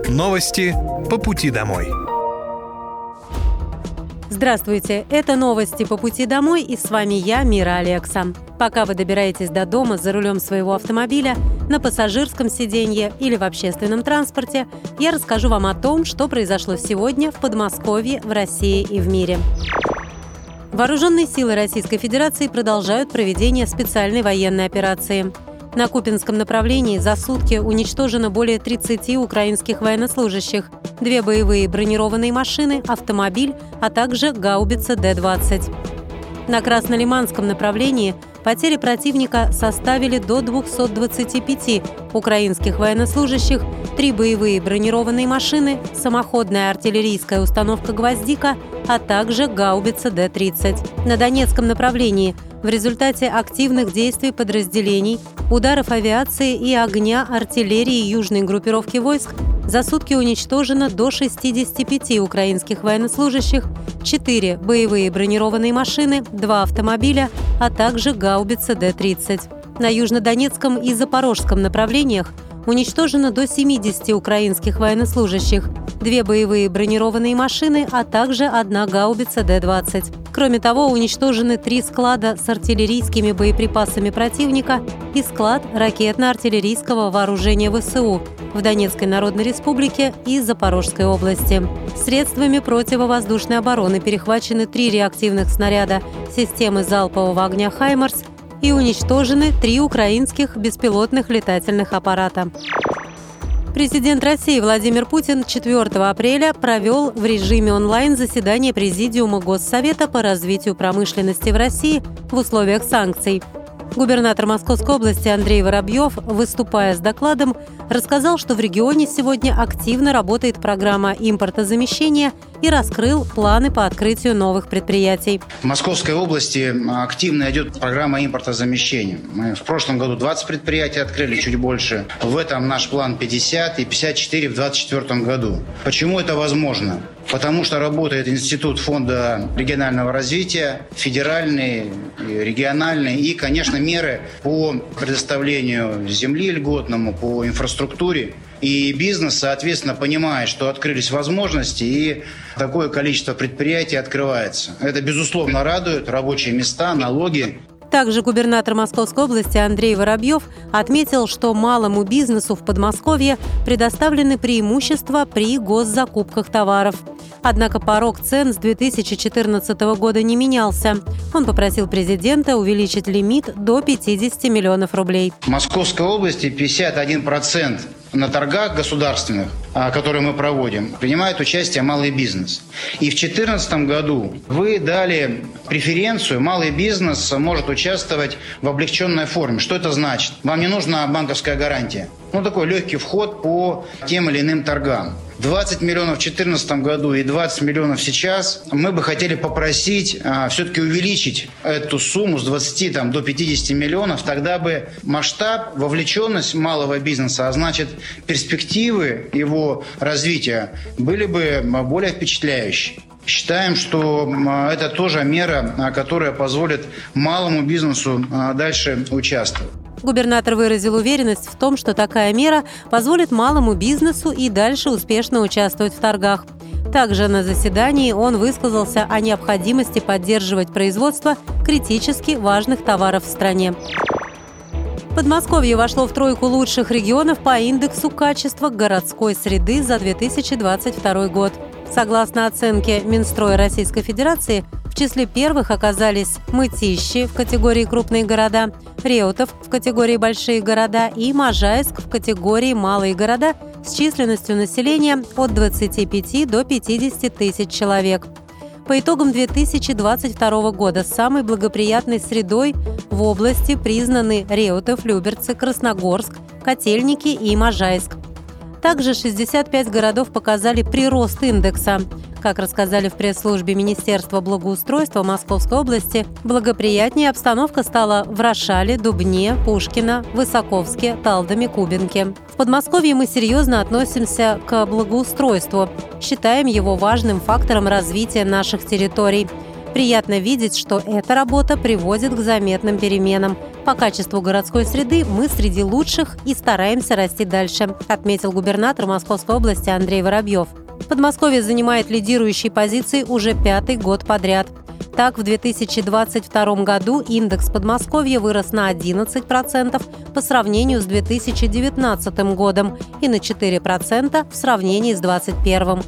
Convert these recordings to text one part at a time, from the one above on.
Новости по пути домой. Здравствуйте, это новости по пути домой, и с вами я, Мира Алекса. Пока вы добираетесь до дома за рулем своего автомобиля, на пассажирском сиденье или в общественном транспорте, я расскажу вам о том, что произошло сегодня в Подмосковье, в России и в мире. Вооруженные силы Российской Федерации продолжают проведение специальной военной операции. На Купинском направлении за сутки уничтожено более 30 украинских военнослужащих, 2 боевые бронированные машины, автомобиль, а также гаубица Д-20. На Краснолиманском направлении потери противника составили до 225 украинских военнослужащих, 3 боевые бронированные машины, самоходная артиллерийская установка «Гвоздика», а также гаубица Д-30. На Донецком направлении в результате активных действий подразделений, ударов авиации и огня артиллерии южной группировки войск за сутки уничтожено до 65 украинских военнослужащих, 4 боевые бронированные машины, 2 автомобиля, а также гаубица Д-30. На Южнодонецком и Запорожском направлениях уничтожено до 70 украинских военнослужащих, 2 боевые бронированные машины, а также 1 гаубица Д-20. Кроме того, уничтожены 3 склада с артиллерийскими боеприпасами противника и склад ракетно-артиллерийского вооружения ВСУ в Донецкой Народной Республике и Запорожской области. Средствами противовоздушной обороны перехвачены 3 реактивных снаряда системы залпового огня «Хаймарс» и уничтожены 3 украинских беспилотных летательных аппарата. Президент России Владимир Путин 4 апреля провел в режиме онлайн заседание Президиума Госсовета по развитию промышленности в России в условиях санкций. Губернатор Московской области Андрей Воробьев, выступая с докладом, рассказал, что в регионе сегодня активно работает программа импортозамещения и раскрыл планы по открытию новых предприятий. В Московской области активно идет программа импортозамещения. Мы в прошлом году 20 предприятий открыли, чуть больше. В этом наш план 50 и 54 в 2024 году. Почему это возможно? Потому что работает Институт фонда регионального развития, федеральный, региональный и, конечно, меры по предоставлению земли льготному, по инфраструктуре. И бизнес, соответственно, понимает, что открылись возможности, и такое количество предприятий открывается. Это, безусловно, радует. Рабочие места, налоги. Также губернатор Московской области Андрей Воробьев отметил, что малому бизнесу в Подмосковье предоставлены преимущества при госзакупках товаров. Однако порог цен с 2014 года не менялся. Он попросил президента увеличить лимит до 50 миллионов рублей. В Московской области 51% на торгах государственных, которые мы проводим, принимает участие малый бизнес. И в 2014 году вы дали преференцию, малый бизнес может участвовать в облегченной форме. Что это значит? Вам не нужна банковская гарантия. Такой легкий вход по тем или иным торгам. 20 миллионов в 2014 году и 20 миллионов сейчас. Мы бы хотели попросить все-таки увеличить эту сумму с 20 до 50 миллионов. Тогда бы масштаб, вовлеченность малого бизнеса, а значит перспективы его развития были бы более впечатляющие. Считаем, что это тоже мера, которая позволит малому бизнесу дальше участвовать. Губернатор выразил уверенность в том, что такая мера позволит малому бизнесу и дальше успешно участвовать в торгах. Также на заседании он высказался о необходимости поддерживать производство критически важных товаров в стране. Подмосковье вошло в тройку лучших регионов по индексу качества городской среды за 2022 год. Согласно оценке Минстроя Российской Федерации, в числе первых оказались Мытищи в категории «Крупные города», Реутов в категории «Большие города» и Можайск в категории «Малые города» с численностью населения от 25 до 50 тысяч человек. По итогам 2022 года самой благоприятной средой в области признаны Реутов, Люберцы, Красногорск, Котельники и Можайск. Также 65 городов показали прирост индекса. Как рассказали в пресс-службе Министерства благоустройства Московской области, благоприятнее обстановка стала в Рошале, Дубне, Пушкино, Высоковске, Талдоме, Кубинке. В Подмосковье мы серьезно относимся к благоустройству, считаем его важным фактором развития наших территорий. Приятно видеть, что эта работа приводит к заметным переменам, По качеству городской среды мы среди лучших и стараемся расти дальше, отметил губернатор Московской области Андрей Воробьев. Подмосковье занимает лидирующие позиции уже 5-й год подряд. Так, в 2022 году индекс Подмосковья вырос на 11% по сравнению с 2019 годом и на 4% в сравнении с 2021.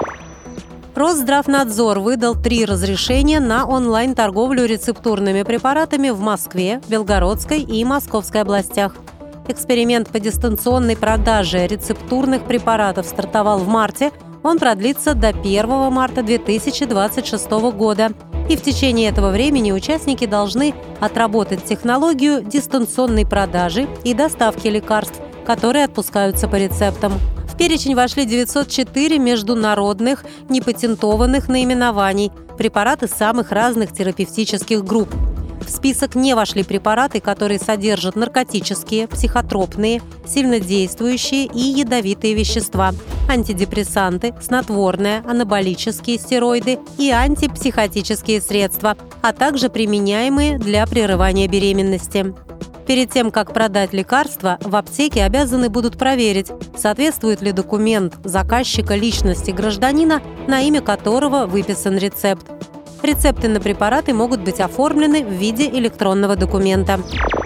Росздравнадзор выдал 3 разрешения на онлайн-торговлю рецептурными препаратами в Москве, Белгородской и Московской областях. Эксперимент по дистанционной продаже рецептурных препаратов стартовал в марте. Он продлится до 1 марта 2026 года. И в течение этого времени участники должны отработать технологию дистанционной продажи и доставки лекарств, которые отпускаются по рецептам. В перечень вошли 904 международных непатентованных наименований, препараты самых разных терапевтических групп. В список не вошли препараты, которые содержат наркотические, психотропные, сильнодействующие и ядовитые вещества, антидепрессанты, снотворное, анаболические стероиды и антипсихотические средства, а также применяемые для прерывания беременности. Перед тем, как продать лекарство, в аптеке обязаны будут проверить, соответствует ли документ заказчика личности гражданина, на имя которого выписан рецепт. Рецепты на препараты могут быть оформлены в виде электронного документа.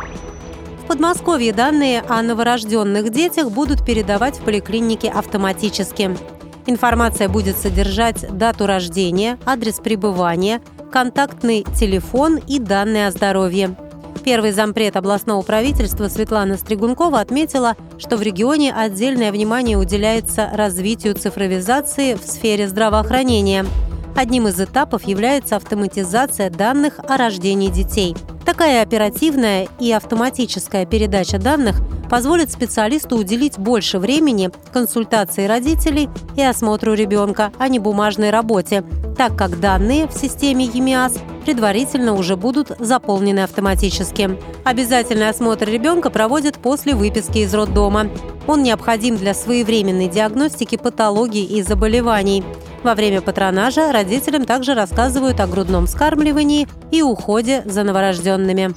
В Подмосковье данные о новорожденных детях будут передавать в поликлинике автоматически. Информация будет содержать дату рождения, адрес пребывания, контактный телефон и данные о здоровье. Первый зампред областного правительства Светлана Стригункова отметила, что в регионе отдельное внимание уделяется развитию цифровизации в сфере здравоохранения. Одним из этапов является автоматизация данных о рождении детей. Такая оперативная и автоматическая передача данных позволит специалисту уделить больше времени консультации родителей и осмотру ребенка, а не бумажной работе, так как данные в системе ЕМИАС предварительно уже будут заполнены автоматически. Обязательный осмотр ребенка проводят после выписки из роддома. Он необходим для своевременной диагностики патологий и заболеваний. Во время патронажа родителям также рассказывают о грудном вскармливании и уходе за новорожденными.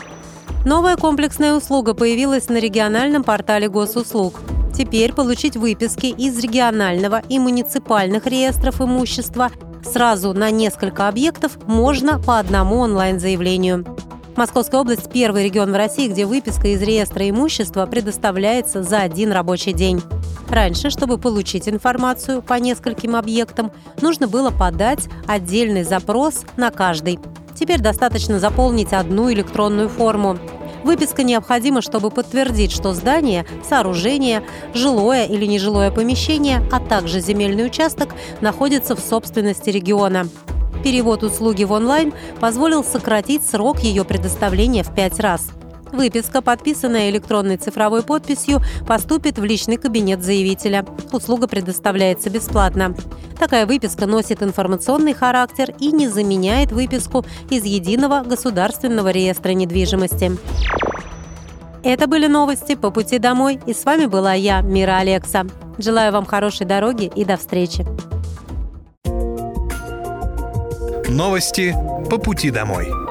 Новая комплексная услуга появилась на региональном портале госуслуг. Теперь получить выписки из регионального и муниципальных реестров имущества сразу на несколько объектов можно по одному онлайн-заявлению. Московская область – первый регион в России, где выписка из реестра имущества предоставляется за один рабочий день. Раньше, чтобы получить информацию по нескольким объектам, нужно было подать отдельный запрос на каждый. Теперь достаточно заполнить одну электронную форму. Выписка необходима, чтобы подтвердить, что здание, сооружение, жилое или нежилое помещение, а также земельный участок находятся в собственности региона. Перевод услуги в онлайн позволил сократить срок ее предоставления в 5 раз. Выписка, подписанная электронной цифровой подписью, поступит в личный кабинет заявителя. Услуга предоставляется бесплатно. Такая выписка носит информационный характер и не заменяет выписку из Единого государственного реестра недвижимости. Это были новости по пути домой, и с вами была я, Мира Алекса. Желаю вам хорошей дороги и до встречи. Новости по пути домой.